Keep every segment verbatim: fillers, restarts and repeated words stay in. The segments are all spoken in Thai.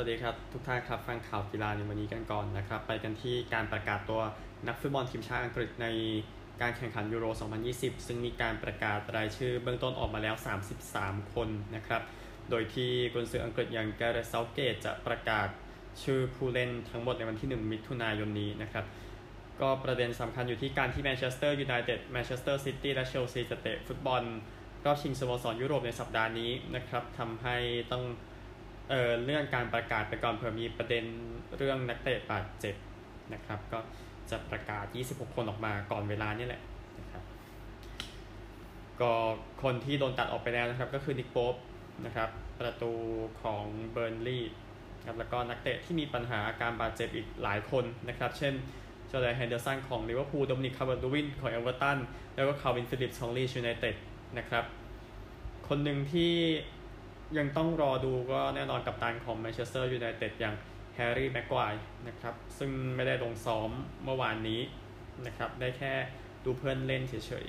วัสดีครับทุกท่านครับฟังข่าวกีฬาในวันนี้กันก่อนนะครับไปกันที่การประกาศตัวนักฟุตบอลทีมชาติอังกฤษในการแข่งขันยูโร สองพันยี่สิบ ซึ่งมีการประกาศรายชื่อเบื้องต้นออกมาแล้วสามสิบสามคนนะครับโดยที่กุนซืออังกฤษอย่างแกเรธ เซาท์เกตจะประกาศชื่อผู้เล่นทั้งหมดในวันที่หนึ่งมิถุนายนนี้นะครับก็ประเด็นสำคัญอยู่ที่การที่แมนเชสเตอร์ยูไนเต็ดแมนเชสเตอร์ซิตี้และเชลซีจะเตะฟุตบอลรอบชิงสโมสรยุโรปในสัปดาห์นี้นะครับทำให้ต้องเอ่อเรื่องการประกาศไปก่อนเผื่อมีประเด็นเรื่องนักเตะบาดเจ็บนะครับก็จะประกาศยี่สิบหกคนออกมาก่อนเวลานี่แหละนะครับก็คนที่โดนตัดออกไปแล้วนะครับก็คือนิกโป๊ปนะครับประตูของเบิร์นลีย์ครับแล้วก็นักเตะที่มีปัญหาอาการบาดเจ็บอีกหลายคนนะครับเช่นจอร์แดน เฮนเดอร์สันของลิเวอร์พูล โดมินิก คาร์เวอร์ตวินของเอเวอร์ตันแล้วก็คาร์วิน ฟิลลิปส์ของลีดส์ยูไนเต็ดนะครับคนหนึ่งที่ยังต้องรอดูก็แน่นอนกัปตันของแมนเชสเตอร์ยูไนเต็ดอย่างแฮร์รี่ แม็กไกวร์นะครับซึ่งไม่ได้ลงซ้อมเมื่อวานนี้นะครับได้แค่ดูเพื่อนเล่นเฉย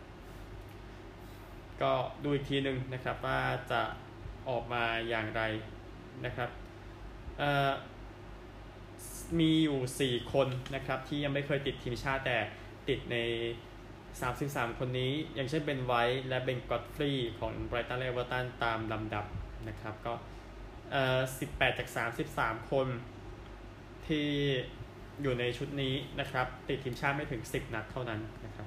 ๆก็ดูอีกทีหนึ่งนะครับว่าจะออกมาอย่างไรนะครับมีอยู่สี่คนนะครับที่ยังไม่เคยติดทีมชาติแต่ติดในสามสิบสามคนนี้อย่างเช่นเบนไวท์และเบน ก็อดฟรีย์ของไบรตันและเอเวอร์ตันตามลำดับนะครับก็เอ่อสิบแปดจากสามสิบสามคนที่อยู่ในชุดนี้นะครับติดทีมชาติไม่ถึงสิบนัดเท่านั้นนะครับ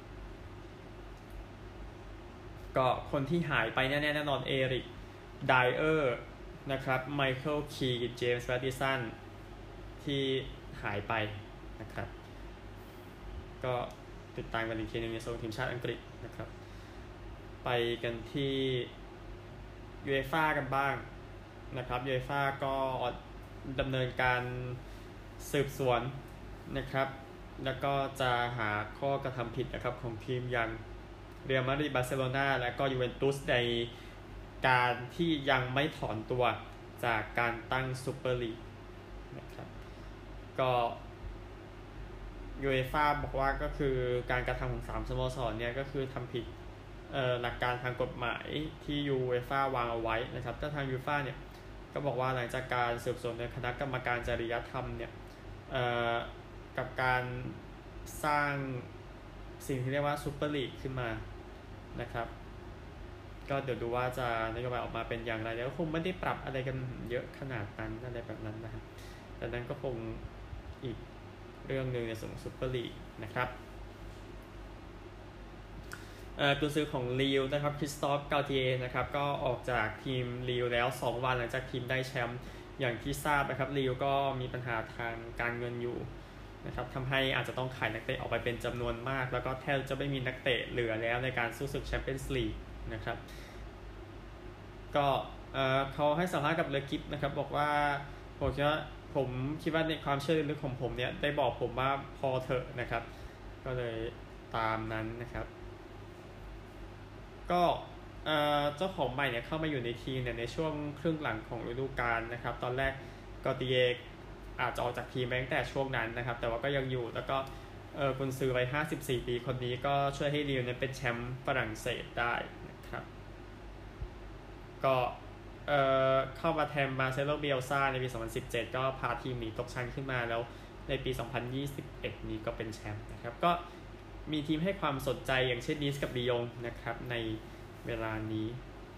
ก็คนที่หายไปแน่ๆแน่นอนเอริก ไดเออร์นะครับไมเคิล คีย์เจมส์ แมตติสันที่หายไปนะครับก็ติดตามกันอีกทีนึงในโซนทีมชาติอังกฤษนะครับไปกันที่ยูเอฟ่ากันบ้างนะครับยูเอฟ่าก็ดำเนินการสืบสวนนะครับแล้วก็จะหาข้อกระทำผิดนะครับของทีมอย่างเรอัลมาดริด บาร์เซโลนาและก็ยูเวนตุสในการที่ยังไม่ถอนตัวจากการตั้งซูเปอร์ลีกนะครับก็ยูเอฟ่าบอกว่าก็คือการกระทำของสามสโมสรเนี่ยก็คือทำผิดหลักการทางกฎหมายที่ยูเอฟ่าวางเอาไว้นะครับแต่ทางยูเอฟ่าเนี่ยก็บอกว่าหลังจากการสืบสวนในคณะกรรมการจริยธรรมเนี่ยกับการสร้างสิ่งที่เรียกว่าซูเปอร์ลีกขึ้นมานะครับก็เดี๋ยวดูว่าจะนโยบายออกมาเป็นอย่างไรแล้วคงไม่ได้ปรับอะไรกันเยอะขนาดนั้นอะไรแบบนั้นนะครับแต่นั้นก็คงอีกเรื่องนึงในส่วนของซูเปอร์ลีกนะครับเอ่อกุนซือของลีลนะครับคริสตอฟ กาลเทียร์นะครับก็ออกจากทีมลีลแล้วสองวันหลังจากทีมได้แชมป์อย่างที่ทราบนะครับลีลก็มีปัญหาทางการเงินอยู่นะครับทำให้อาจจะต้องขายนักเตะออกไปเป็นจำนวนมากแล้วก็แทบจะไม่มีนักเตะเหลือแล้วในการสู้ศึกแชมเปี้ยนส์ลีกนะครับก็เอ่อเขาให้สัมภาษณ์กับเลอกิฟนะครับบอกว่าผมคิดว่าผมคิดว่าในความเชื่อลึกของผมเนี่ยได้บอกผมว่าพอเถอะนะครับก็เลยตามนั้นนะครับก็เอ่อเจ้าของใหม่เนี่ยเข้ามาอยู่ในทีมเนี่ยในช่วงครึ่งหลังของฤดูกาลนะครับตอนแรกกอติเยอาจจะออกจากทีมไปตั้งแต่ช่วงนั้นนะครับแต่ว่าก็ยังอยู่แล้วก็เออกุนซือวัยห้าสิบสี่ปีคนนี้ก็ช่วยให้ลีลเนี่ยเป็นแชมป์ฝรั่งเศสได้นะครับก็เอ่อเข้ามาแทนมาเซโล เบียลซ่าในปีสองพันสิบเจ็ดก็พาทีมหนีตกชั้นขึ้นมาแล้วในปีสองพันยี่สิบเอ็ดนี้ก็เป็นแชมป์นะครับก็มีทีมให้ความสนใจอย่างเช่นนีสกับลียงนะครับในเวลานี้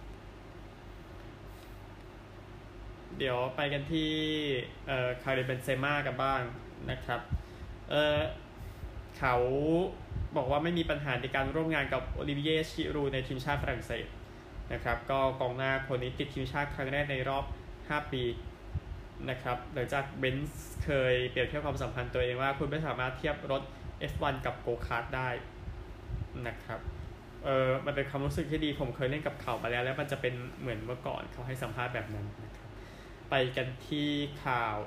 เดี๋ยวไปกันที่เอ่อคาริเบนเซม่ากันบ้างนะครับเอ่อเขาบอกว่าไม่มีปัญหาในการร่วมงานกับโอลิเวีย ชิรูในทีมชาติฝรั่งเศสนะครับก็กองหน้าคนนี้ติดทีมชาติครั้งแรกในรอบห้าปีนะครับหลังจากเบนซ์เคยเปรียบเทียบความสัมพันธ์ตัวเองว่าคุณไม่สามารถเทียบรถ เอฟ วัน กับโกคาร์ทได้นะครับเออมันเป็นความรู้สึกที่ดีผมเคยเล่นกับเขามาแล้วแล้วมันจะเป็นเหมือนเมื่อก่อนเขาให้สัมภาษณ์แบบนั้นนะครับไปกันที่ข่าว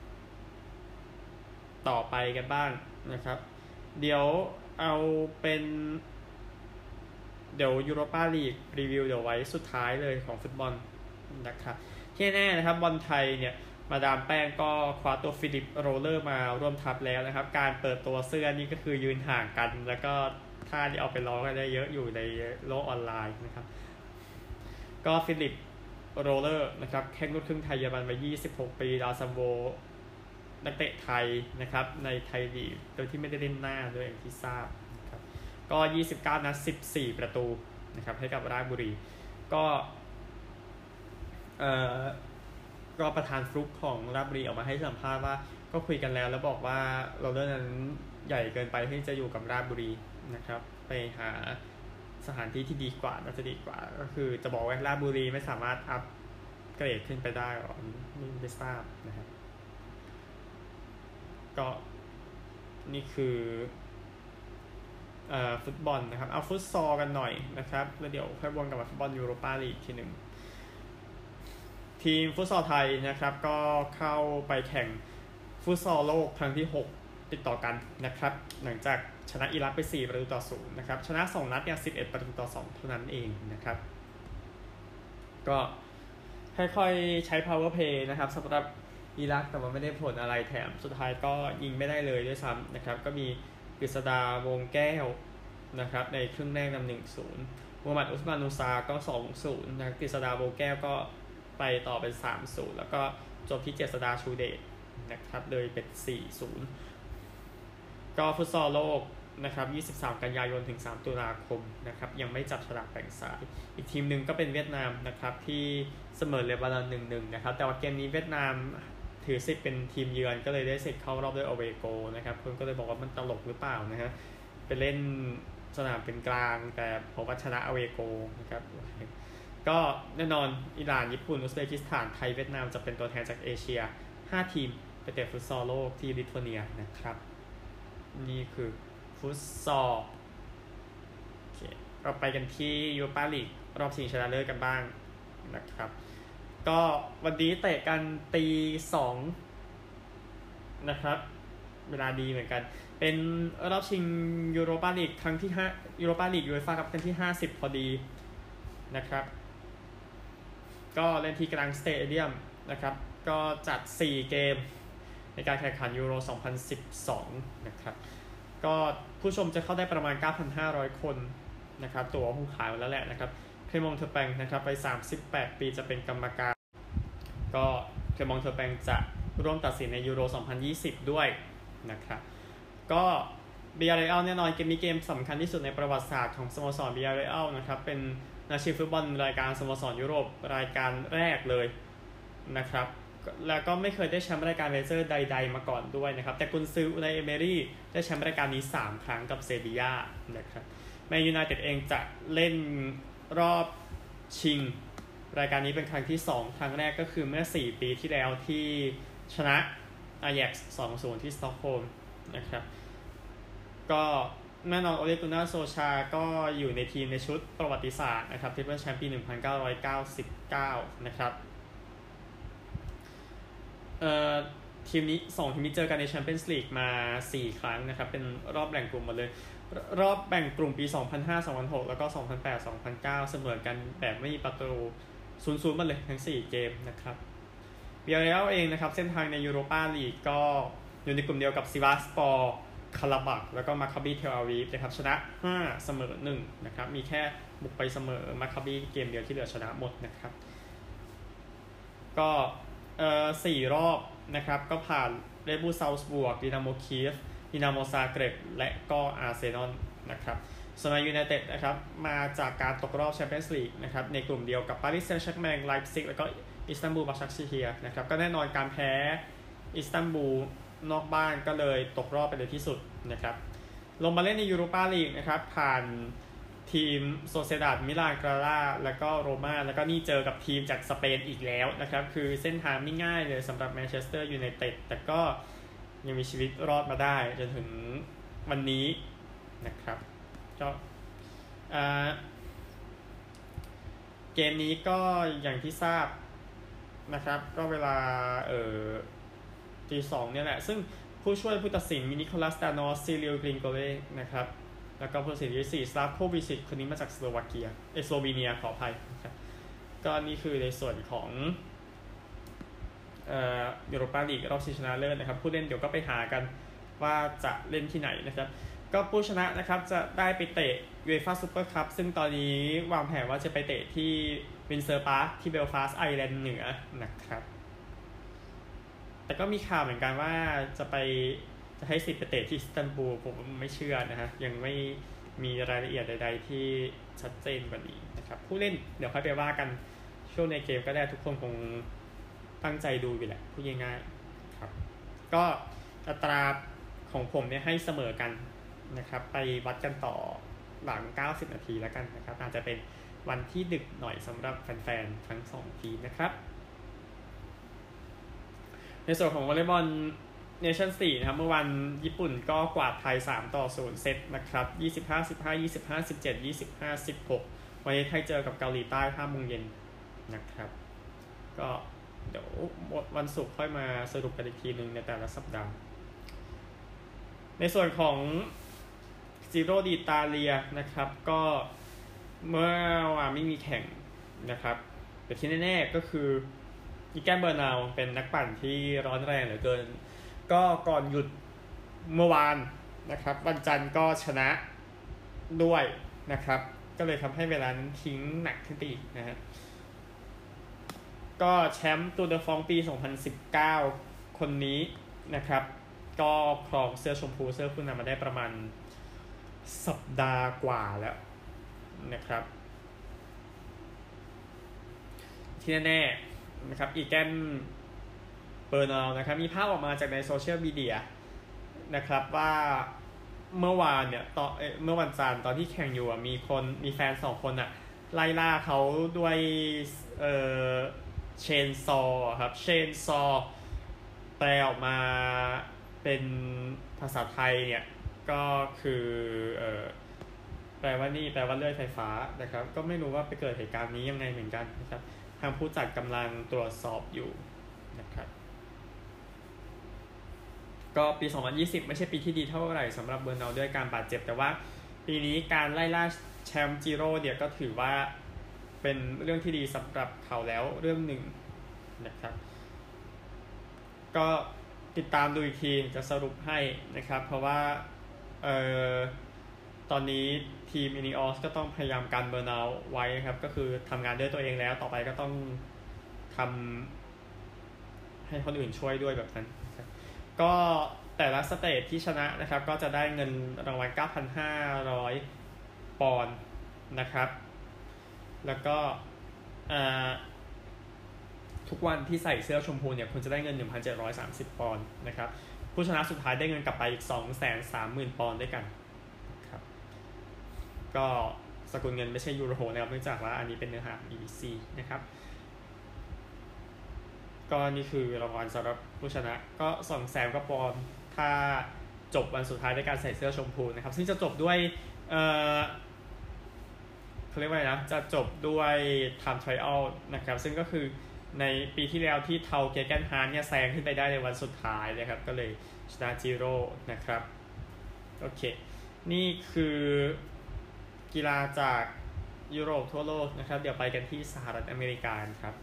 ต่อไปกันบ้างนะครับเดี๋ยวเอาเป็นเดี๋ยวยูโรปาลีกรีวิวเดี๋ยวไว้สุดท้ายเลยของฟุตบอลนะครับที่แน่นะครับบอลไทยเนี่ยมาดามแป้งก็คว้าตัวฟิลิปโรเลอร์มาร่วมทัพแล้วนะครับการเปิดตัวเสื้อนี่ก็คือยืนห่างกันแล้วก็ท่าที่เอาไปล้อกันได้เยอะอยู่ในโลกออนไลน์นะครับก็ฟิลิปโรเลอร์นะครับแข้งลูกครึ่งไทยเยอรมันวัยยี่สิบหกปีดาวซัมโบนักเตะไทยนะครับในไทยลีกโดยที่ไม่ได้เล่นหน้าด้วยอย่างที่ทราบนะครับก็ยี่สิบเก้านัดสิบสี่ประตูนะครับให้กับราชบุรีก็เอ่อก็ประธานฟลุกของราชบุรีออกมาให้สัมภาษณ์ว่าก็คุยกันแล้วแล้วบอกว่าโรเลอร์นั้นใหญ่เกินไปที่จะอยู่กับราชบุรีนะครับไปหาสถานที่ที่ดีกว่าน่าจะดีกว่าก็คือจะบอกว่าราชบุรีไม่สามารถอัพเกรดขึ้นไปได้หรอไม่ไม่ทราบนะครับก็นี่คือเอ่อฟุตบอลนะครับเอาฟุตซอลกันหน่อยนะครับแล้วเดี๋ยวค่อยวนกลับมาฟุตบอลยูโรปาลีกทีหนึ่งทีมฟุตซอลไทยนะครับก็เข้าไปแข่งฟุตซอลโลกครั้งที่หกติดต่อกันนะครับหลังจากชนะอิรักไปสี่ประตูต่อศูนย์นะครับชนะสองนัดเนี่ยสิบเอ็ดประตูต่อสองเท่านั้นเองนะครับก็ค่อยๆใช้ power play นะครับสำหรับอิรักแต่ว่าไม่ได้ผลอะไรแถมสุดท้ายก็ยิงไม่ได้เลยด้วยซ้ำนะครับก็มีกฤษดาวงแก้วนะครับในครึ่งแรกนำ หนึ่งศูนย์ มูฮัมหมัดอุสมานนูซาก็ สองศูนย์ นะกฤษดาวงแก้วก็ไปต่อเป็น สามศูนย์ แล้วก็จบที่เจษฎาชูเดชนะครับเลยเป็น สี่ศูนย์ ก็ฟุตซอลโลกนะครับยี่สิบสามกันยายนถึงสามตุลาคมนะครับยังไม่จับฉลากแบ่งสายอีกทีมหนึ่งก็เป็นเวียดนามนะครับที่เสมอเลบานอน หนึ่งหนึ่ง นะครับแต่ว่าเกมนี้เวียดนามถือสิทธิ์เป็นทีมเยือนก็เลยได้สิทธิ์เข้ารอบด้วยอเวโกนะครับคนก็เลยบอกว่ามันตลกหรือเปล่านะฮะไปเล่นสนามเป็นกลางแต่ผมว่าชนะอเวโกนะครับก็แน่นอนอิหร่านญี่ปุ่นอุซเบกิสถานไทยเวียดนามจะเป็นตัวแทนจากเอเชียห้าทีมไปเตะฟุตซอลโลกที่ลิทัวเนียนะครับนี่คือฟุตซอลโอเคเราไปกันที่ยูโรปาลีกรอบชิงชนะเลิศกันบ้างนะครับก็วันนี้เตะกันตีสองนะครับเวลาดีเหมือนกันเป็นรอบชิงยูโรปาลีกครั้งที่ห้ายูโรปาลีกยูเอฟ่าคัพครั้งที่ห้าสิบพอดีนะครับก็เล่นที่กลางสเตเดียมนะครับก็จัดสี่เกมในการแข่งขันยูโรสองพันสิบสองนะครับก็ผู้ชมจะเข้าได้ประมาณ เก้าพันห้าร้อย คนนะครับตั๋วคงขายหมดแล้วแหละนะครับเคลมองเทอร์แปงนะครับไปสามสิบแปดปีจะเป็นกรรมการก็เคลมองเทอร์แปงจะร่วมตัดสินในยูโรสองพันยี่สิบด้วยนะครับก็ บี อาร์ เอล แน่นอนเกมนี้เกมสำคัญที่สุดในประวัติศาสตร์ของสโมสร บี อาร์ เอล นะครับเป็นนักชิงฟุตบอลรายการสโมสรยุโรปรายการแรกเลยนะครับแล้วก็ไม่เคยได้แชมป์รายการเมเจอร์ใดๆมาก่อนด้วยนะครับแต่กุนซืออุไนเอเมรี่ได้แชมป์รายการนี้สามครั้งกับเซบีย่านะครับแมนยูไนเต็ดเองจะเล่นรอบชิงรายการนี้เป็นครั้งที่สองครั้งแรกก็คือเมื่อสี่ปีที่แล้วที่ชนะอาแย็กซ์ สองศูนย์ ที่สต็อกโฮล์มนะครับก็แน่นอนโอเลกุน่าโซชาก็อยู่ในทีมในชุดประวัติศาสตร์นะครับที่เป็นแชมป์ปีหนึ่งพันเก้าร้อยเก้าสิบเก้านะครับเอ่อทีมนี้สองทีมนี้เจอกันในแชมเปี้ยนส์ลีกมาสี่ครั้งนะครับเป็นรอบแบ่งกลุ่มหมดเลยรอบแบ่งกลุ่มปีสองพันห้า สองพันหกแล้วก็สองพันแปด สองพันเก้าเสมอกันแบบไม่มีประตูศูนย์ ศูนย์หมดเลยทั้งสี่เกมนะครับ บี อาร์ เอล เองนะครับเส้นทางในยูโรปาลีกก็อยู่ในกลุ่มเดียวกับซิวาสปอร์คาราบักแล้วก็มาคาบีเทลอาวีฟนะครับชนะห้าเสมอหนึ่งนะครับมีแค่บุกไปเสมอมาคาบีเกมเดียวที่เหลือชนะหมดนะครับก็เอ่อสี่รอบนะครับก็ผ่านเรดบูลซาลซบวร์กดินาโมคีฟดินาโมซาเกร็บและก็อาร์เซนอลนะครับส่วนแมนยูไนเต็ดนะครับมาจากการตกรอบแชมเปี้ยนส์ลีกนะครับในกลุ่มเดียวกับปารีสแซงต์แชร์กแมงไลป์ซิกแล้วก็อิสตันบูลบาชักชีเฮียนะครับก็แน่นอนการแพ้อิสตันบูลนอกบ้านก็เลยตกรอบไปในที่สุดนะครับลงมาเล่นในยูโรปาลีกนะครับผ่านทีมโซเซดาดมิลานกราล่าแล้วก็โรม่าแล้วก็นี่เจอกับทีมจากสเปนอีกแล้วนะครับคือเส้นทางไม่ง่ายเลยสำหรับแมนเชสเตอร์ยูไนเต็ดแต่ก็ยังมีชีวิตรอดมาได้จนถึงวันนี้นะครับก็เกมนี้ก็อย่างที่ทราบนะครับก็เวลาเอ่อตีสองเนี่ยแหละซึ่งผู้ช่วยผู้ตัดสินมินิโคลัสตานอสซิลิโอกริงโกเล่นะครับแล้วก็ผู้ตัดสินที่สี่สลาฟโควิชิชคนนี้มาจากสโลวาเกียเอสโลวีเนียขออภัยนะครับก็นี่คือในส่วนของเอ่อยูโรปาลีกรอบชิงชนะเลิศนะครับผู้เล่นเดี๋ยวก็ไปหากันว่าจะเล่นที่ไหนนะครับก็ผู้ชนะนะครับจะได้ไปเตะ UEFA Super Cup ซึ่งตอนนี้วางแผนว่าจะไปเตะที่วินเซอร์พาร์คที่เบลฟาสต์ไอร์แลนด์เหนือนะครับแต่ก็มีข่าวเหมือนกันว่าจะไปจะให้สิทธิ์ไปเตะที่อิสตันบูลผมไม่เชื่อนะฮะยังไม่มีรายละเอียดใดๆที่ชัดเจนกว่านี้นะครับผู้เล่นเดี๋ยวค่อยไปว่ากันช่วงในเกมก็ได้ทุกคนคงตั้งใจดูอยู่แหละพูดง่ายๆครับก็อัตราของผมเนี่ยให้เสมอกันนะครับไปวัดกันต่อหลังเก้าสิบนาทีแล้วกันนะครับอาจจะเป็นวันที่ดึกหน่อยสำหรับแฟนๆทั้งสองทีมนะครับในส่วนของวอลเลย์บอลเนชั่นสี่นะครับเมื่อวันญี่ปุ่นก็กวาดไทยสามต่อศูนย์เซตนะครับยี่สิบห้า สิบห้า ยี่สิบห้า สิบเจ็ด ยี่สิบห้า สิบหกวันนี้ไทยเจอกับเกาหลีใต้ ห้าโมงเย็นนะครับก็เดี๋ยววันศุกร์ค่อยมาสรุปกันอีกทีนึงในแต่ละสัปดาห์ในส่วนของซิโร่ดิตาเลียนะครับก็เมื่อวานไม่มีแข่งนะครับแต่ที่แน่ๆก็คืออีแกนเบอร์นาวเป็นนักปั่นที่ร้อนแรงเหลือเกินก็ก่อนหยุดเมื่อวานนะครับวันจันทร์ก็ชนะด้วยนะครับก็เลยทำให้เวลานั้นทิ้งหนักขึ้นไปอีกนะฮะก็แชมป์ตูร์เดอฟองปีสองพันสิบเก้าคนนี้นะครับก็ครองเสื้อชมพูเสื้อผู้นำมาได้ประมาณสัปดาห์กว่าแล้วนะครับที่แน่ๆนะครับอีแกนเบอร์นาวนะครับมีภาพออกมาจากในโซเชียลมีเดียนะครับว่าเมื่อวานเนี่ยตอนเมื่อวันจันทร์ตอนที่แข่งอยู่มีคนมีแฟนสองคนอะไล่ล่าเขาด้วยเอ่อเชนซอครับเชนซอแปลออกมาเป็นภาษาไทยเนี่ยก็คือเอ่อแปลว่านี่แปลว่าเลื่อยไฟฟ้านะครับก็ไม่รู้ว่าไปเกิดเหตุการณ์นี้ยังไงเหมือนกันนะครับทางผู้จัดกำลังตรวจสอบอยู่นะครับก็ปีสองพันยี่สิบไม่ใช่ปีที่ดีเท่าไหร่สำหรับเบอร์นาวด้วยการบาดเจ็บแต่ว่าปีนี้การไล่ล่าแชมป์จิโร่เนี่ยก็ถือว่าเป็นเรื่องที่ดีสำหรับเขาแล้วเรื่องหนึ่งนะครับก็ติดตามดูอีกทีจะสรุปให้นะครับเพราะว่าเอ่อตอนนี้ทีมอินิออสก็ต้องพยายามกันเบอร์นาวไว้ครับก็คือทำงานด้วยตัวเองแล้วต่อไปก็ต้องทำให้คนอื่นช่วยด้วยแบบนั้นก็แต่ละสเตจที่ชนะนะครับก็จะได้เงินรางวัล เก้าพันห้าร้อย ปอนด์นะครับแล้วก็ทุกวันที่ใส่เสื้อชมพูเนี่ยคุณจะได้เงิน หนึ่งพันเจ็ดร้อยสามสิบ ปอนด์นะครับผู้ชนะสุดท้ายได้เงินกลับไปอีก สองแสนสามหมื่น ปอนด์ด้วยกันครับก็สกุลเงินไม่ใช่ยูโรนะครับเนื่องจากว่าอันนี้เป็นเนื้อหา บี บี ซี นะครับก็นี่คือรางวัลสำหรับผู้ชนะก็สองแสนกว่าปอนด์ถ้าจบวันสุดท้ายด้วยการใส่เสื้อชมพูนะครับซึ่งจะจบด้วยเอ่อเขาเรียกว่าอะไรนะจะจบด้วย time trial นะครับซึ่งก็คือในปีที่แล้วที่เทาเกแกนฮาร์เนี่ยแซงขึ้นไปได้ในวันสุดท้ายนะครับก็เลยชนะจิโร่นะครับโอเคนี่คือกีฬาจากยุโรปทั่วโลกนะครับเดี๋ยวไปกันที่สหรัฐอเมริกาครับ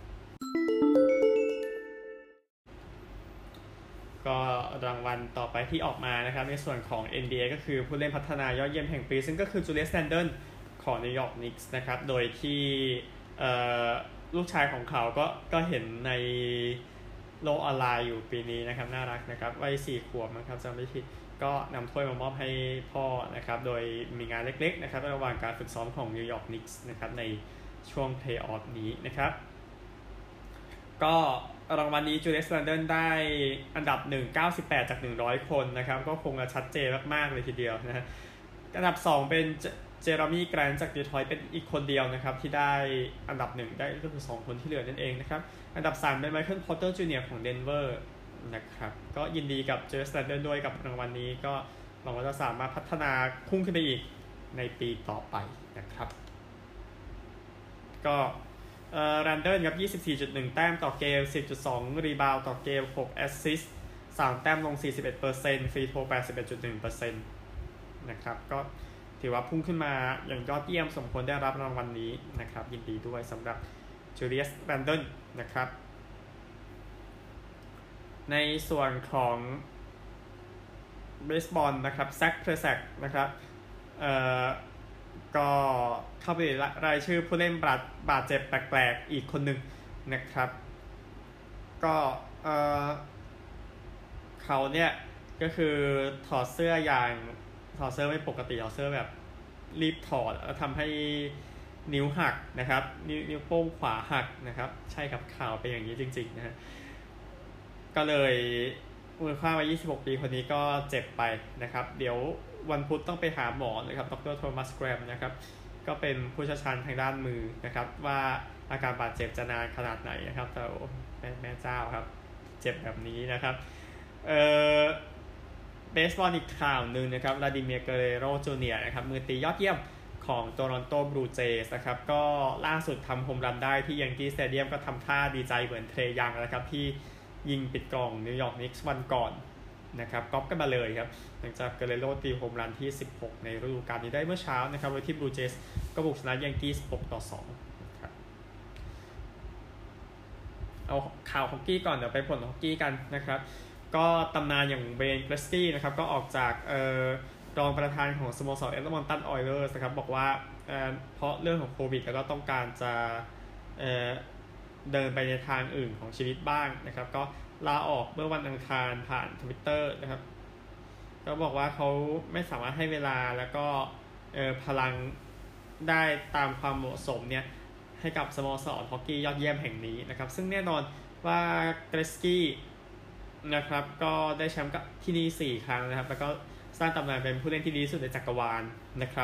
ก็รางวัลต่อไปที่ออกมานะครับในส่วนของ เอ็น บี เอ ก็คือผู้เล่นพัฒนายอดเยี่ยมแห่งปีซึ่งก็คือจูเลียส แรนเดิลของนิวยอร์กนิกส์นะครับโดยที่ลูกชายของเขาก็ก็เห็นในโลกออนไลน์อยู่ปีนี้นะครับน่ารักนะครับวัยสี่ขวบนะครับจำไม่ผิดก็นำถ้วยมามอบให้พ่อนะครับโดยมีงานเล็กๆนะครับระหว่างการฝึกซ้อมของนิวยอร์กนิกส์นะครับในช่วงเพลย์ออฟนี้นะครับก็รางวัลนี้จูเลียส แรนเดิลได้อันดับหนึ่ง เก้าสิบแปดจากหนึ่งร้อยคนนะครับก็คงจะชัดเจนมากๆเลยทีเดียวนะฮะอันดับสองเป็นเจอร์มี่แกรนท์จากดีทรอยต์เป็นอีกคนเดียวนะครับที่ได้อันดับหนึ่งได้ก็คือสองคนที่เหลือนั่นเองนะครับอันดับสามเป็นไมเคิลพอตเตอร์จูเนียร์ของเดนเวอร์นะครับก็ยินดีกับจูเลียส แรนเดิลด้วยกับรางวัลนี้ก็หวังว่าจะสามารถพัฒนาพุ่งขึ้นไปอีกในปีต่อไปนะครับก็เอ่อแรนเดิลครับ ยี่สิบสี่จุดหนึ่ง แต้มต่อเกม สิบจุดสอง รีบาวด์ต่อเกมหกแอสซิสต์สามแต้มลง สี่สิบเอ็ดเปอร์เซ็นต์ ฟรีโท แปดสิบเอ็ดจุดหนึ่งเปอร์เซ็นต์ นะครับก็ถือว่าพุ่งขึ้นมาอย่างยอดเยี่ยมสมควรได้รับรางวัลนี้นะครับยินดีด้วยสำหรับจูเลียส แรนเดิลนะครับในส่วนของเบสบอลนะครับแซคเพรแซกนะครับเอ่อก็เข้าไปรายชื่อผู้เล่นบาดบาดเจ็บแปลกๆอีกคนหนึ่งนะครับก็เอ่อเขาเนี่ยก็คือถอดเสื้ออย่างถอดเสื้อไม่ปกติถอดเสื้อแบบรีบถอดแล้วทำให้นิ้วหักนะครับนิ้วนิ้วโป้งขวาหักนะครับใช่ครับข่าวเป็นอย่างนี้จริงๆนะฮะก็เลยมือข้ามายี่สิบหกปีคนนี้ก็เจ็บไปนะครับเดี๋ยววันพุธต้องไปหาหมอนะครับดรโทมัสแกรมนะครับก็เป็นผู้เชี่ยวชาญทางด้านมือนะครับว่าอาการบาดเจ็บจะนานขนาดไหนนะครับแต่แม่แม่เจ้าครับเจ็บแบบนี้นะครับเอ่อเบสบอลอีกข่าวหนึ่งนะครับวลาดิเมียร์ เกเรโร จูเนียร์นะครับมือตียอดเยี่ยมของโตรอนโตบลูเจย์สนะครับก็ล่าสุดทำโฮมรันได้ที่ยังกี้สเตเดียมก็ทำท่าดีใจเหมือนเทรยังนะครับที่ยิงปิดกล่องนิวยอร์กนิกส์วันก่อนนะครับก๊อปกันมาเลยครับหลังจากเกเรโรตีโฮมรันที่สิบหกในฤดูกาลนี้ได้เมื่อเช้านะครับโดยที่บลูเจย์สก็บุกชนะยังกี้หกต่อสองครับเอาข่าวฮอกกี้ก่อนเดี๋ยวไปผลฮอกกี้กันนะครับก็ตำนานอย่างเบรนเกรสกี้นะครับก็ออกจากเอ่อรองประธานของสโมสรเอดมอนตันออยเลอร์สนะครับบอกว่าเอ่อเพราะเรื่องของโควิดแล้วก็ต้องการจะเอ่อเดินไปในทางอื่นของชีวิตบ้างนะครับก็ลาออกเมื่อวันอังคารผ่าน Twitter นะครับก็บอกว่าเขาไม่สามารถให้เวลาแล้วก็เอ่อพลังได้ตามความเหมาะสมเนี่ยให้กับสโมสรฮอกกี้ยอดเยี่ยมแห่งนี้นะครับซึ่งแน่นอนว่าเกรสกี้นะครับก็ได้แชมป์กับที่นี่สี่ครั้งนะครับแล้วก็สร้างตำนานเป็นผู้เล่นที่ดีที่สุดในจักรวาลนะครับ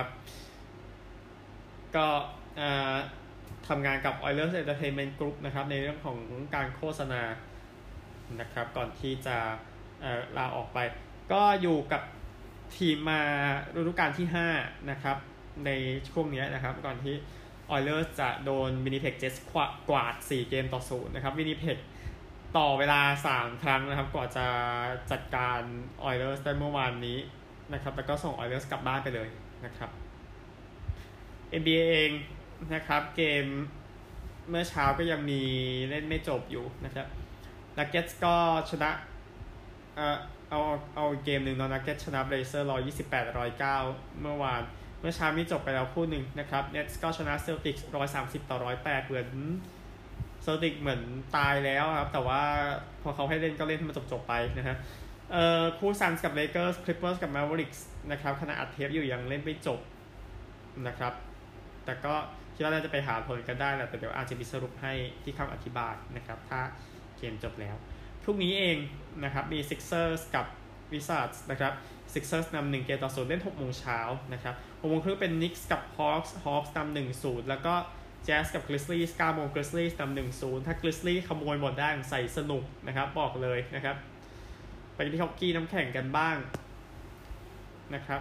ก็ทำงานกับ Oilers Entertainment Group นะครับในเรื่องของการโฆษณานะครับก่อนที่จะลาออกไปก็อยู่กับทีมมาฤดูกาลที่ห้านะครับในช่วงนี้นะครับก่อนที่ Oilers จะโดน Winnipeg Jets กวาดสี่เกมต่อศูนย์นะครับ Winnipegต่อเวลาสามครั้งนะครับกว่าจะจัดการ Oilers ได้เมื่อวานนี้นะครับแล้วก็ส่ง Oilers กลับบ้านไปเลยนะครับ เอ็น บี เอ เองนะครับเกมเมื่อเช้าก็ยังมีเล่นไม่จบอยู่นะครับ Nuggets ก็ชนะเอ่อเอาเอาเกมหนึ่งเนาะ Nuggets ชนะ Blazers หนึ่งร้อยยี่สิบแปด หนึ่งร้อยเก้าเมื่อวานเมื่อเช้ามีจบไปแล้วคู่หนึ่งนะครับ Nets ก็ชนะ Celtics หนึ่งร้อยสามสิบต่อหนึ่งร้อยแปดเหมือนCeltics เหมือนตายแล้วครับแต่ว่าพอเขาให้เล่นก็เล่นให้มันจบๆไปนะฮะเอ่อคู่ Suns กับ Lakers Clippers กับ Mavericks นะครับขณะอัดเทปอยู่ยังเล่นไม่จบนะครับแต่ก็คิดว่าน่าจะไปหาผลกันได้แหละแต่เดี๋ยวอาจจะมีสรุปให้ที่คำอธิบายนะครับถ้าเกมจบแล้วพรุ่งนี้เองนะครับมี Sixers กับ Wizards นะครับ Sixers นำหนึ่งเกมต่อศูนย์เล่นหกโมงเช้านะครับหกโมงครึ่งเป็น Knicks กับ Hawks Hawks นำหนึ่งศูนย์แล้วก็ Jazz กับ Grizzlies เก้าโมง Grizzlies นำหนึ่งศูนย์ถ้า Grizzlies ขโมยหมดได้ใส่สนุกนะครับบอกเลยนะครับไปที่ฮอกกี้น้ำแข่งกันบ้างนะครับ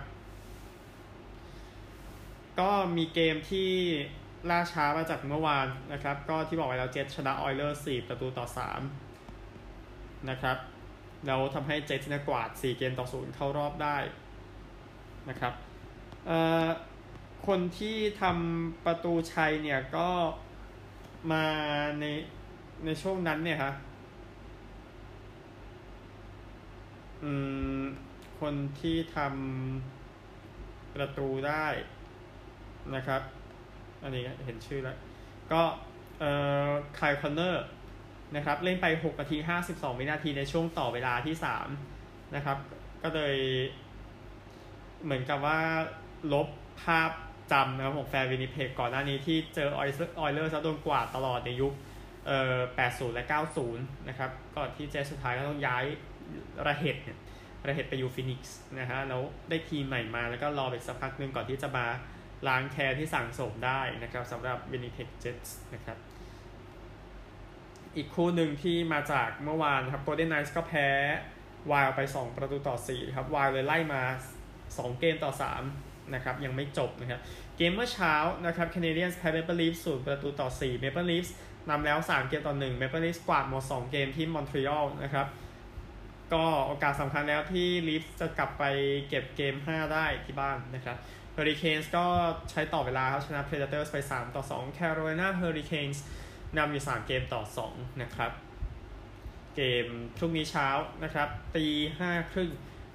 ก็มีเกมที่ล่าช้ามาจากเมื่อวานนะครับก็ที่บอกไว้แล้วเจ็ตชนะออยเลอร์สี่ประตูต่อสามนะครับแล้วทำให้เจ็ตชนะกวาดสี่เกมต่อศูนย์เข้ารอบได้นะครับเอ่อคนที่ทำประตูชัยเนี่ยก็มาในในช่วงนั้นเนี่ยครับอืมคนที่ทำประตูได้นะครับอันนี้เห็นชื่อแล้วก็เอ่อไคลคอนเนอร์นะครับเล่นไปหกนาทีห้าสิบสองวินาทีในช่วงต่อเวลาที่สามนะครับก็เลยเหมือนกับว่าลบภาพจำนะครับของแฟนวินิเพกก่อนหน้านี้ที่เจอออยเลอร์ซะโดนกวาดตลอดในยุคเอ่อแปดสิบและเก้าสิบนะครับก่อนที่เจสุดท้ายก็ต้องย้ายระเหตุเนี่ยระเหตุไปอยู่ฟินิกส์นะฮะแล้วได้ทีมใหม่มาแล้วก็รอไปสักพักนึงก่อนที่จะมาล้างแค้นที่สั่งสมได้นะครับสำหรับ Winnipeg Jets นะครับอีกคู่หนึ่งที่มาจากเมื่อวานครับ Golden Knights ก็แพ้วายไปสองประตูต่อสี่ครับวายเลยไล่มาสองเกมต่อสามนะครับยังไม่จบนะครับเกมเมื่อเช้านะครับ Canadiens แพ้ Maple Leafs ศูนย์ประตูต่อสี่ Maple Leafs นำแล้วสามเกมต่อหนึ่ง Maple Leafs กวาดหมดสองเกมที่ Montreal นะครับก็โอกาสสำคัญแล้วที่ Leafs จะกลับไปเก็บเกมห้าได้ที่บ้านนะครับHurricanes ก็ใช้ต่อเวลาครับชนะ Predators ไปสามต่อสอง Carolina Hurricanes นำอยู่สามเกมต่อสองนะครับเกมพรุ่งนี้เช้านะครับตีห้าครึ่ง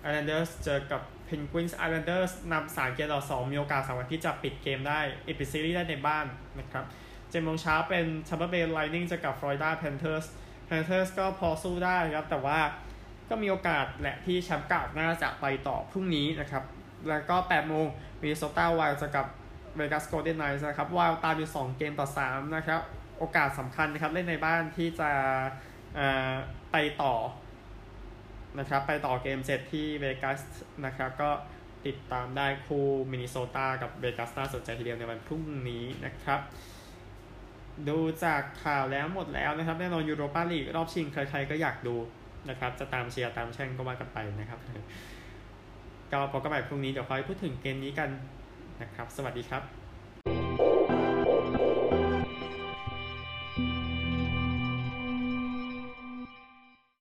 Islanders เจอกับ Penguins Islanders นำสามเกมต่อสองมีโอกาสสามารถที่จะปิดเกมได้ปิดซีรีส์ได้ในบ้านนะครับเจ็ดโมงเช้าเป็น Tampa Bay Lightning เจอกับ Florida Panthers Panthers ก็พอสู้ได้ครับแต่ว่าก็มีโอกาสแหละที่แชมป์เก่าน่าจะไปต่อพรุ่งนี้นะครับแล้วก็แปดโมง Minnesota Wild เจอกับ Vegas Golden Knights นะครับ Wild ตามอยู่สองเกมต่อสามนะครับโอกาสสำคัญนะครับเล่นในบ้านที่จะไปต่อนะครับไปต่อเกมเจ็ดที่เวกัสนะครับก็ติดตามได้คู่มินนิโซตากับเวกัสน่าสนใจทีเดียวในวันพรุ่งนี้นะครับดูจากข่าวแล้วหมดแล้วนะครับแน่นอนยูโรปาลีกรอบชิงใครๆก็อยากดูนะครับจะตามเชียร์ตามแช่งก็ว่ากันไปนะครับก็พบกันใหม่พรุ่งนี้เดี๋ยวคอยพูดถึงเกมนี้กันนะครับสวัสดีครับ